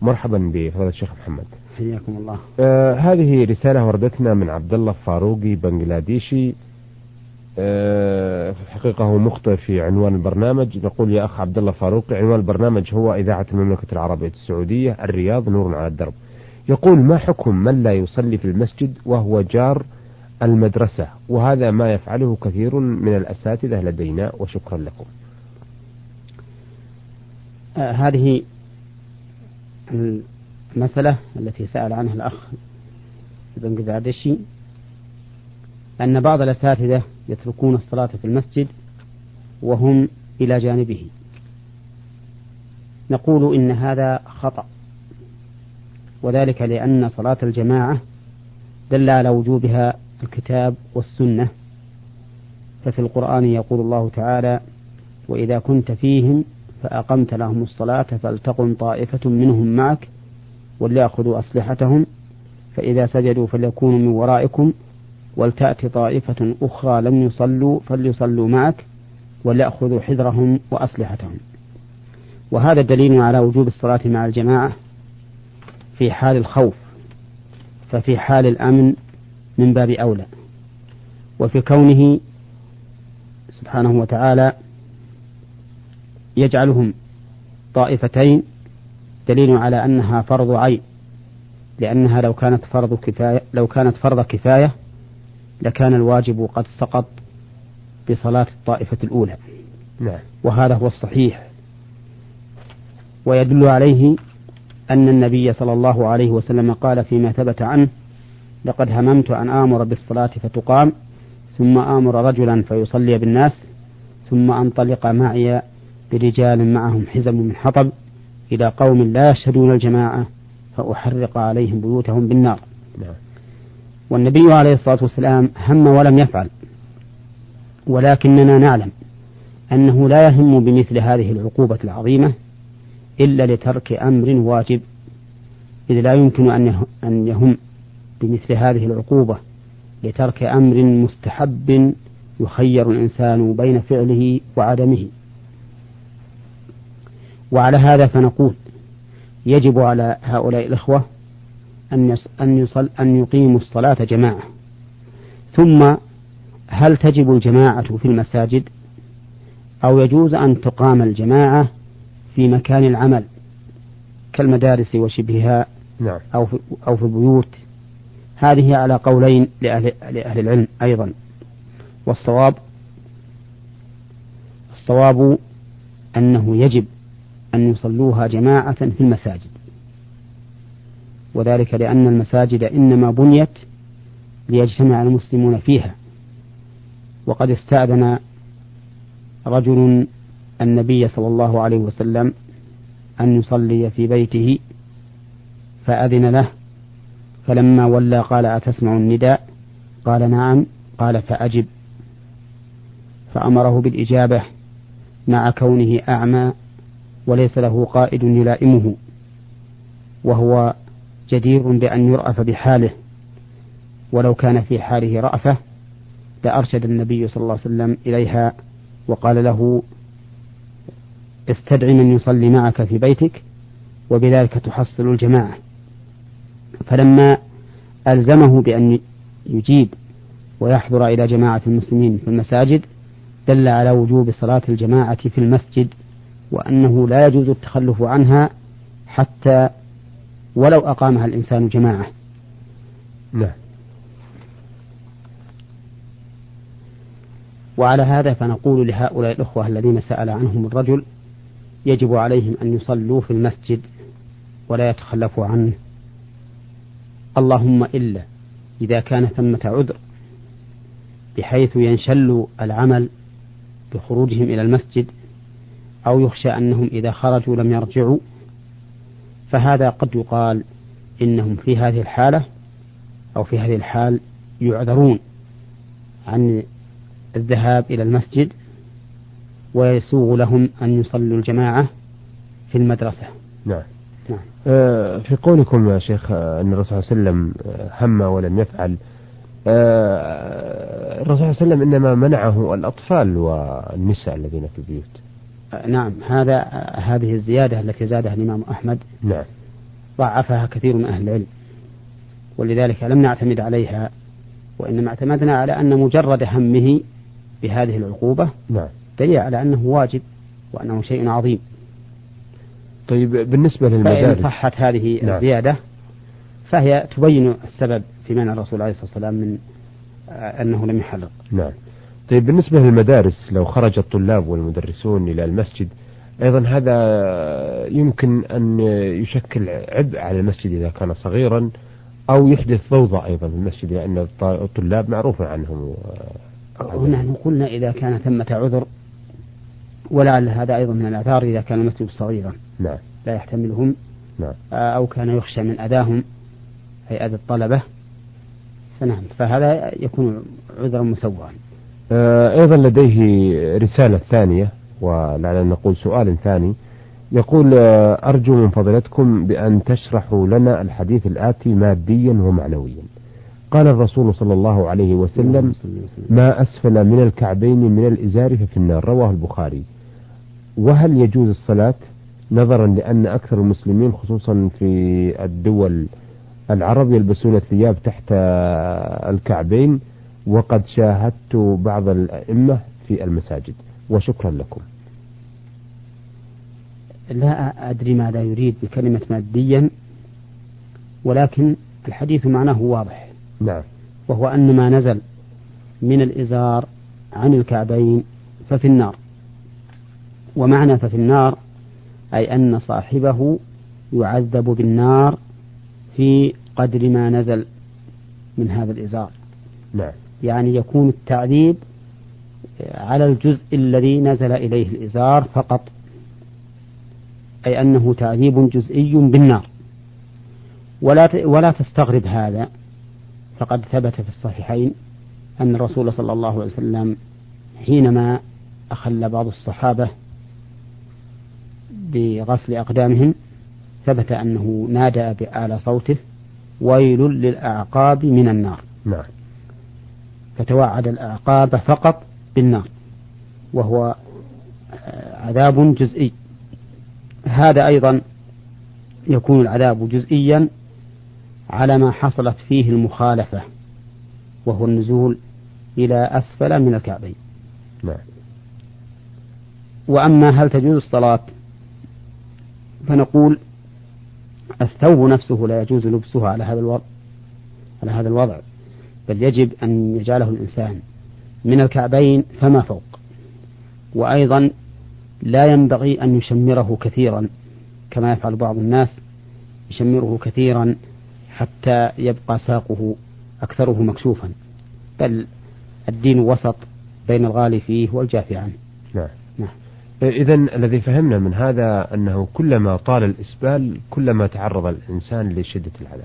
مرحبا بفضيلة الشيخ محمد. حياكم الله. هذه رسالة وردتنا من عبد الله فاروقي بنغلاديشي. في الحقيقة هو مخطئ في عنوان البرنامج. نقول يا أخ عبد الله فاروقي، عنوان البرنامج هو إذاعة المملكة العربية السعودية، الرياض، نور على الدرب. يقول: ما حكم من لا يصلي في المسجد وهو جار المدرسة، وهذا ما يفعله كثير من الأساتذة لدينا، وشكرا لكم. هذه المسألة التي سأل عنها الأخ البنغلاديشي، أن بعض الأساتذة يتركون الصلاة في المسجد وهم إلى جانبه. نقول إن هذا خطأ، وذلك لأن صلاة الجماعة دل على وجوبها الكتاب والسنة. ففي القرآن يقول الله تعالى: وإذا كنت فيهم فأقمت لهم الصلاة فلتقم طائفة منهم معك وليأخذوا أسلحتهم فإذا سجدوا فليكونوا من ورائكم ولتأتي طائفة أخرى لم يصلوا فليصلوا معك وليأخذوا حذرهم وأسلحتهم. وهذا دليل على وجوب الصلاة مع الجماعة في حال الخوف، ففي حال الأمن من باب أولى. وفي كونه سبحانه وتعالى يجعلهم طائفتين دليل على أنها فرض عين، لأنها لو كانت فرض كفاية لكان الواجب قد سقط بصلاة الطائفة الأولى. نعم. وهذا هو الصحيح، ويدل عليه أن النبي صلى الله عليه وسلم قال فيما ثبت عنه: لقد هممت أن آمر بالصلاة فتقام ثم آمر رجلا فيصلي بالناس ثم أنطلق معي برجال معهم حزم من حطب إلى قوم لا يشهدون الجماعة فأحرق عليهم بيوتهم بالنار. نعم. والنبي عليه الصلاة والسلام هم ولم يفعل، ولكننا نعلم أنه لا يهم بمثل هذه العقوبة العظيمة إلا لترك أمر واجب، إذ لا يمكن أن يهم بمثل هذه العقوبة لترك أمر مستحب يخير الإنسان بين فعله وعدمه. وعلى هذا فنقول: يجب على هؤلاء الإخوة أن يقيموا الصلاة جماعة. ثم هل تجب الجماعة في المساجد أو يجوز أن تقام الجماعة في مكان العمل كالمدارس وشبهها؟ نعم. أو في البيوت؟ هذه على قولين لأهل العلم أيضا. والصواب أنه يجب أن يصلوها جماعة في المساجد، وذلك لأن المساجد إنما بنيت ليجتمع المسلمون فيها. وقد استأذن رجل النبي صلى الله عليه وسلم أن يصلي في بيته فأذن له، فلما ولى قال: أتسمع النداء؟ قال: نعم. قال: فأجب. فأمره بالإجابة مع كونه أعمى وليس له قائد يلائمه، وهو جدير بأن يرأف بحاله، ولو كان في حاله رأفة لأرشد النبي صلى الله عليه وسلم إليها وقال له: استدعي من يصلي معك في بيتك وبذلك تحصل الجماعة. فلما ألزمه بأن يجيب ويحضر إلى جماعة المسلمين في المساجد دل على وجوب صلاة الجماعة في المسجد، وأنه لا يجوز التخلف عنها حتى ولو أقامها الإنسان جماعة. نعم. وعلى هذا فنقول لهؤلاء الأخوة الذين سأل عنهم الرجل: يجب عليهم أن يصلوا في المسجد ولا يتخلفوا عنه، اللهم إلا إذا كان ثمة عذر بحيث ينشل العمل بخروجهم إلى المسجد، أو يخشى أنهم إذا خرجوا لم يرجعوا، فهذا قد يقال إنهم في هذه الحالة أو في هذه الحال يعذرون عن الذهاب إلى المسجد، ويسوغ لهم أن يصلوا الجماعة في المدرسة. نعم. في قولكم يا شيخ أن الرسول صلى الله عليه وسلم هم ولم يفعل، الرسول صلى الله عليه وسلم إنما منعه الأطفال والنساء الذين في البيوت. نعم، هذه الزيادة التي زادها الإمام أحمد. نعم. ضعفها كثير من أهل العلم، ولذلك لم نعتمد عليها، وإنما اعتمدنا على أن مجرد همه بهذه العقوبة دليل على أنه واجب وأنه شيء عظيم. طيب بالنسبة للمدارس، فإن صحت هذه الزيادة فهي تبين السبب في منع الرسول عليه الصلاة والسلام من أنه لم يحرق. نعم. طيب بالنسبة للمدارس، لو خرج الطلاب والمدرسون إلى المسجد أيضا هذا يمكن أن يشكل عبء على المسجد إذا كان صغيرا، أو يحدث ضوضاء أيضا في المسجد، لأن الطلاب معروف عنهم. ونحن قلنا إذا كان ثمة عذر، ولعل هذا أيضا من الآثار إذا كان المسجد صغيرا لا يحتملهم، أو كان يخشى من أذاهم أي أذى الطلبة، فهذا يكون عذرا مسوغا. أيضا لديه رسالة ثانية، ولعلنا نقول سؤال ثاني، يقول: أرجو من فضلتكم بأن تشرحوا لنا الحديث الآتي ماديا ومعنويا. قال الرسول صلى الله عليه وسلم: ما أسفل من الكعبين من الإزار ففي النار، رواه البخاري. وهل يجوز الصلاة، نظرا لأن أكثر المسلمين خصوصا في الدول العرب يلبسون الثياب تحت الكعبين، وقد شاهدت بعض الأئمة في المساجد، وشكرا لكم. لا أدري ماذا يريد بكلمة ماديا، ولكن الحديث معناه واضح. وهو أن ما نزل من الإزار عن الكعبين ففي النار، ومعنى ففي النار أي أن صاحبه يعذب بالنار في قدر ما نزل من هذا الإزار. يعني يكون التعذيب على الجزء الذي نزل إليه الإزار فقط، أي أنه تعذيب جزئي بالنار. ولا تستغرب هذا، فقد ثبت في الصحيحين أن الرسول صلى الله عليه وسلم حينما أخل بعض الصحابة بغسل أقدامهم ثبت أنه نادى بأعلى صوته: ويل للأعقاب من النار. فتوعد الأعقاب فقط بالنار، وهو عذاب جزئي. هذا أيضا يكون العذاب جزئيا على ما حصلت فيه المخالفة، وهو النزول إلى أسفل من الكعبين. وأما هل تجوز الصلاة، فنقول الثوب نفسه لا يجوز لبسه على هذا الوضع، بل يجب أن يجعله الإنسان من الكعبين فما فوق. وأيضا لا ينبغي أن يشمره كثيرا كما يفعل بعض الناس، يشمره كثيرا حتى يبقى ساقه أكثره مكشوفا، بل الدين وسط بين الغالي فيه والجافي عنه. إذن الذي فهمنا من هذا أنه كلما طال الإسبال كلما تعرض الإنسان لشدة العذاب،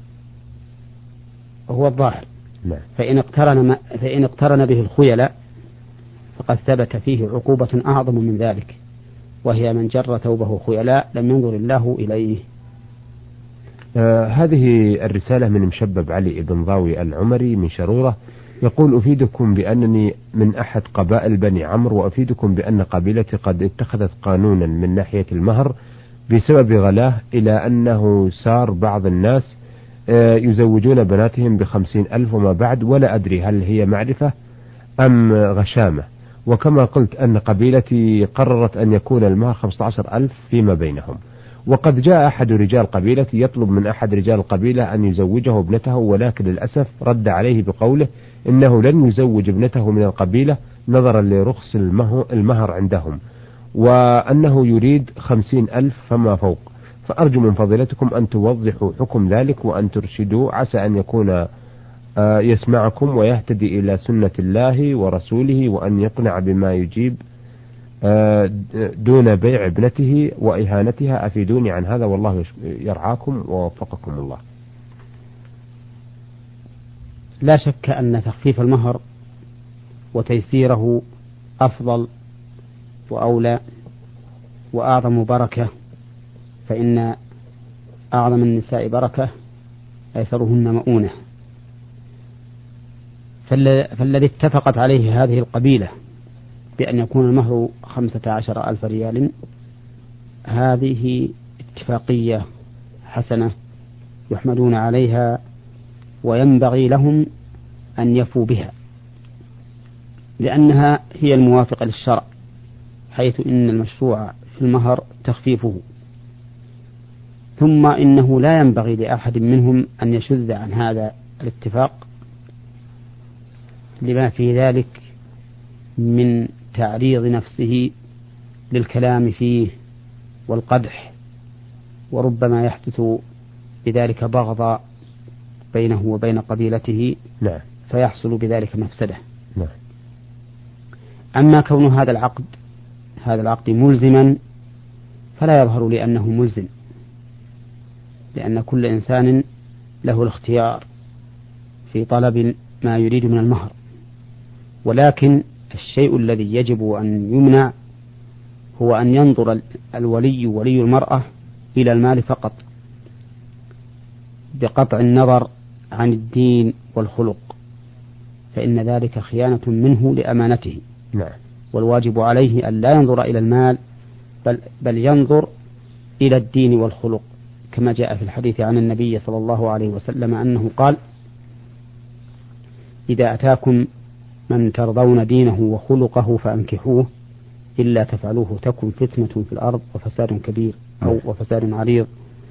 هو الظاهر. فإن اقترن به الخيلاء فقد ثبت فيه عقوبة أعظم من ذلك، وهي من جر ثوبه خيلاء لم ينظر الله إليه. هذه الرسالة من مشبب علي بن ضاوي العمري من شرورة، يقول: أفيدكم بأنني من أحد قبائل بني عمرو، وأفيدكم بأن قبيلتي قد اتخذت قانونا من ناحية المهر بسبب غلاه، إلى أنه صار بعض الناس يزوجون بناتهم ب50,000 وما بعد، ولا أدري هل هي معرفة أم غشامة. وكما قلت أن قبيلتي قررت أن يكون المهر 15,000 فيما بينهم، وقد جاء أحد رجال قبيلتي يطلب من أحد رجال القبيلة أن يزوجه ابنته، ولكن للأسف رد عليه بقوله إنه لن يزوج ابنته من القبيلة نظرا لرخص المهر عندهم، وأنه يريد 50,000 فما فوق. فأرجو من فضيلتكم أن توضحوا حكم ذلك، وأن ترشدوا، عسى أن يكون يسمعكم ويهتدي إلى سنة الله ورسوله، وأن يقنع بما يجيب دون بيع ابنته وإهانتها. أفيدوني عن هذا، والله يرعاكم ووفقكم الله. لا شك أن تخفيف المهر وتيسيره أفضل وأولى وأعظم بركة، فإن أعظم النساء بركة أيسرهن مؤونة. فالذي اتفقت عليه هذه القبيلة بأن يكون المهر 15,000 ريال، هذه اتفاقية حسنة يحمدون عليها، وينبغي لهم أن يفوا بها، لأنها هي الموافقة للشرع، حيث إن المشروع في المهر تخفيفه. ثم إنه لا ينبغي لأحد منهم أن يشذ عن هذا الاتفاق لما في ذلك من تعريض نفسه للكلام فيه والقدح، وربما يحدث بذلك بغض بينه وبين قبيلته. نعم. فيحصل بذلك مفسدة. نعم. أما كون هذا العقد ملزما فلا يظهر لي أنه ملزم، لأن كل إنسان له الاختيار في طلب ما يريد من المهر، ولكن الشيء الذي يجب أن يمنع هو أن ينظر ولي المرأة إلى المال فقط، بقطع النظر عن الدين والخلق، فإن ذلك خيانة منه لأمانته. نعم. والواجب عليه أن لا ينظر إلى المال، بل ينظر إلى الدين والخلق، كما جاء في الحديث عن النبي صلى الله عليه وسلم أنه قال: إذا أتاكم من ترضون دينه وخلقه فأنكحوه، إلا تفعلوه تكن فتنة في الأرض وفساد كبير أو وفساد عريض.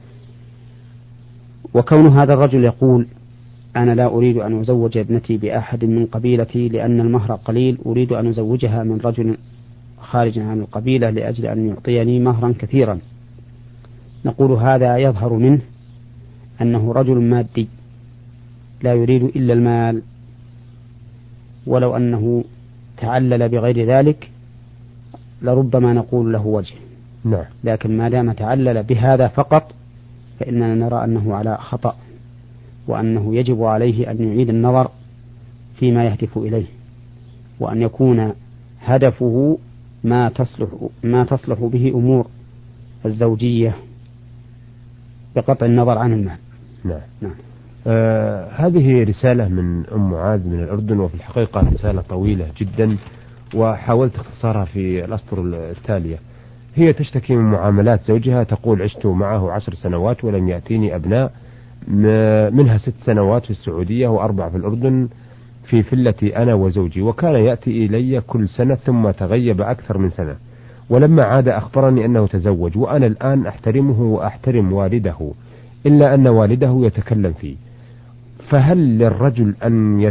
وكون هذا الرجل يقول: أنا لا أريد أن أزوج ابنتي بأحد من قبيلتي لأن المهر قليل، أريد أن أزوجها من رجل خارج عن القبيلة لأجل أن يعطيني مهرا كثيرا، نقول هذا يظهر منه أنه رجل مادي لا يريد إلا المال، ولو أنه تعلل بغير ذلك لربما نقول له وجه. نعم. لكن ما دام تعلل بهذا فقط فإننا نرى أنه على خطأ، وأنه يجب عليه أن يعيد النظر فيما يهدف إليه، وأن يكون هدفه ما تصلح به أمور الزوجية بقطع النظر عن المال. نعم. نعم. هذه رسالة من أم معاذ من الأردن، وفي الحقيقة رسالة طويلة جدا، وحاولت اختصارها في الأسطر التالية. هي تشتكي من معاملات زوجها، تقول: عشت معه 10 سنوات ولم يأتيني أبناء، منها 6 سنوات في السعودية و4 في الأردن في فلتي أنا وزوجي، وكان يأتي إلي كل سنة ثم تغيب أكثر من سنة، ولما عاد أخبرني أنه تزوج، وأنا الآن أحترمه وأحترم والده، إلا أن والده يتكلم فيه، فهل للرجل أن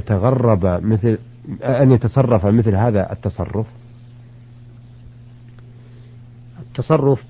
يتصرف مثل هذا التصرف؟ التصرف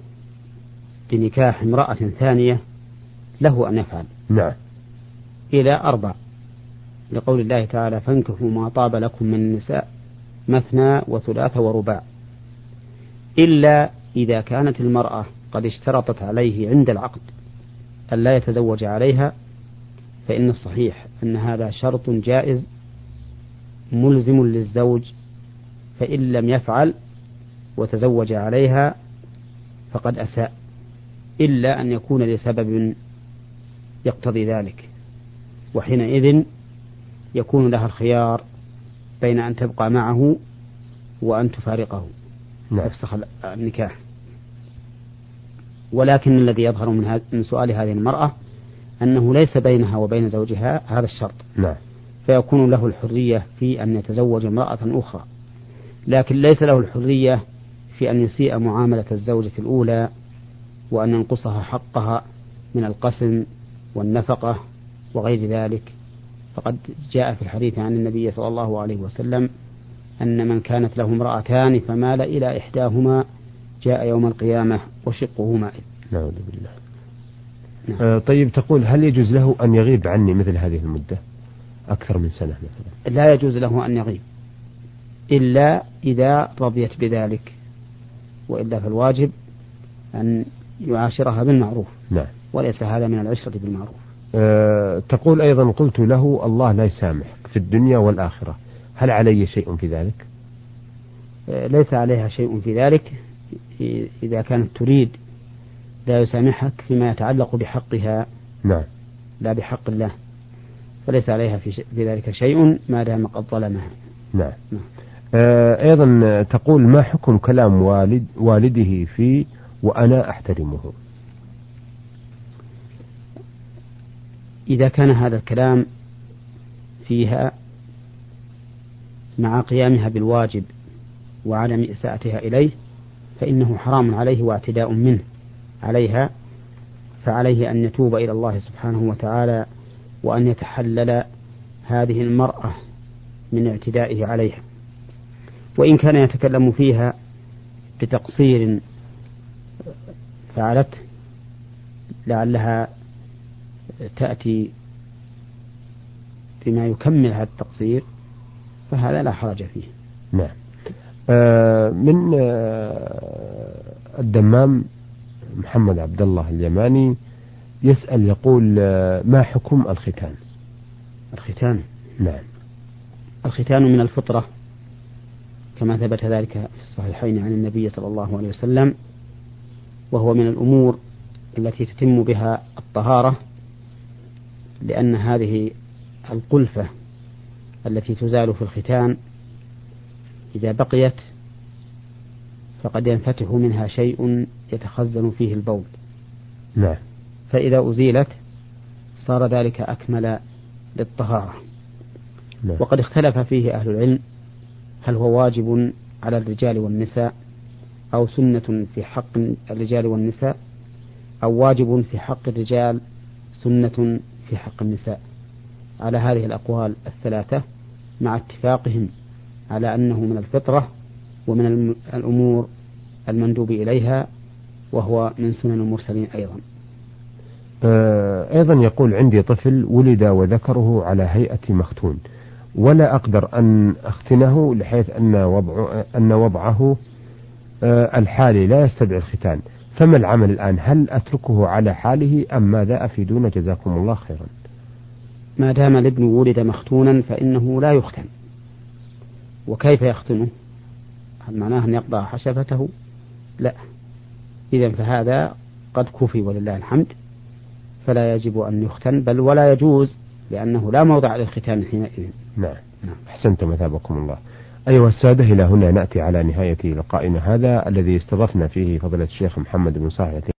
بنكاح امرأة ثانية له أن يفعل. نعم. إلى 4، لقول الله تعالى: فانكحوا ما طاب لكم من النساء مثنى وثلاث ورباع، إلا إذا كانت المرأة قد اشترطت عليه عند العقد أن لا يتزوج عليها، فإن الصحيح أن هذا شرط جائز ملزم للزوج، فإن لم يفعل وتزوج عليها فقد أساء، إلا أن يكون لسبب يقتضي ذلك، وحينئذ يكون لها الخيار بين أن تبقى معه وأن تفارقه. نعم. تفسخ النكاح. ولكن الذي يظهر من سؤال هذه المرأة أنه ليس بينها وبين زوجها هذا الشرط. نعم. فيكون له الحرية في أن يتزوج امرأة أخرى، لكن ليس له الحرية في أن يسيء معاملة الزوجة الأولى وأن ينقصها حقها من القسم والنفقة وغير ذلك. فقد جاء في الحديث عن النبي صلى الله عليه وسلم أن من كانت له امرأتان فمال إلى إحداهما جاء يوم القيامة وشقه مائل. نعوذ بالله. نعم. طيب، تقول: هل يجوز له أن يغيب عني مثل هذه المدة أكثر من سنة مثلا؟ لا يجوز له أن يغيب إلا إذا رضيت بذلك، وإلا فالواجب أن يعاشرها بالمعروف. نعم. وليس هذا من العشرة بالمعروف. تقول أيضا: قلت له: الله لا يسامحك في الدنيا والآخرة، هل علي شيء في ذلك؟ ليس عليها شيء في ذلك إذا كانت تريد لا يسامحك فيما يتعلق بحقها. نعم. لا بحق الله، فليس عليها في ذلك شيء ما دام قد ظلمها. نعم. أيضا تقول: ما حكم كلام والده فيه وأنا أحترمه؟ إذا كان هذا الكلام فيها مع قيامها بالواجب وعدم إساءتها إليه فإنه حرام عليه واعتداء منه عليها، فعليه أن يتوب إلى الله سبحانه وتعالى وأن يتحلل هذه المرأة من اعتدائه عليها. وإن كان يتكلم فيها بتقصير فعلت لعلها تأتي بما يكمل هذا التقصير فهذا لا حرج فيه. نعم. من الدمام محمد عبد الله اليماني يسأل يقول ما حكم الختان؟ الختان نعم. الختان من الفطرة كما ثبت ذلك في الصحيحين عن النبي صلى الله عليه وسلم، وهو من الأمور التي تتم بها الطهارة، لأن هذه القلفة التي تزال في الختان إذا بقيت فقد ينفتح منها شيء يتخزن فيه البول. نعم. فإذا أزيلت صار ذلك أكمل للطهارة. نعم. وقد اختلف فيه أهل العلم هل هو واجب على الرجال والنساء أو سنة في حق الرجال والنساء أو واجب في حق الرجال سنة في حق النساء. على هذه الأقوال الثلاثة مع اتفاقهم على أنه من الفطرة ومن الأمور المندوب إليها وهو من سنن المرسلين أيضا. أيضا يقول عندي طفل ولد وذكره على هيئة مختون ولا أقدر أن أختنه لحيث أن وضعه الحالي لا يستدعي الختان، فما العمل الآن؟ هل أتركه على حاله أم ماذا؟ أفيدون جزاكم الله خيرا. ما دام الابن ولد مختونا فإنه لا يختن. وكيف يختنه؟ هل معناه أن يقطع حشفته؟ لا. إذن فهذا قد كفي ولله الحمد، فلا يجب أن يختن بل ولا يجوز، لأنه لا موضع للختان حينئذ. نعم. أحسنتم مثابكم الله. أيها السادة، إلى هنا نأتي على نهاية لقائنا هذا الذي استضفنا فيه فضيلة الشيخ محمد بن صالح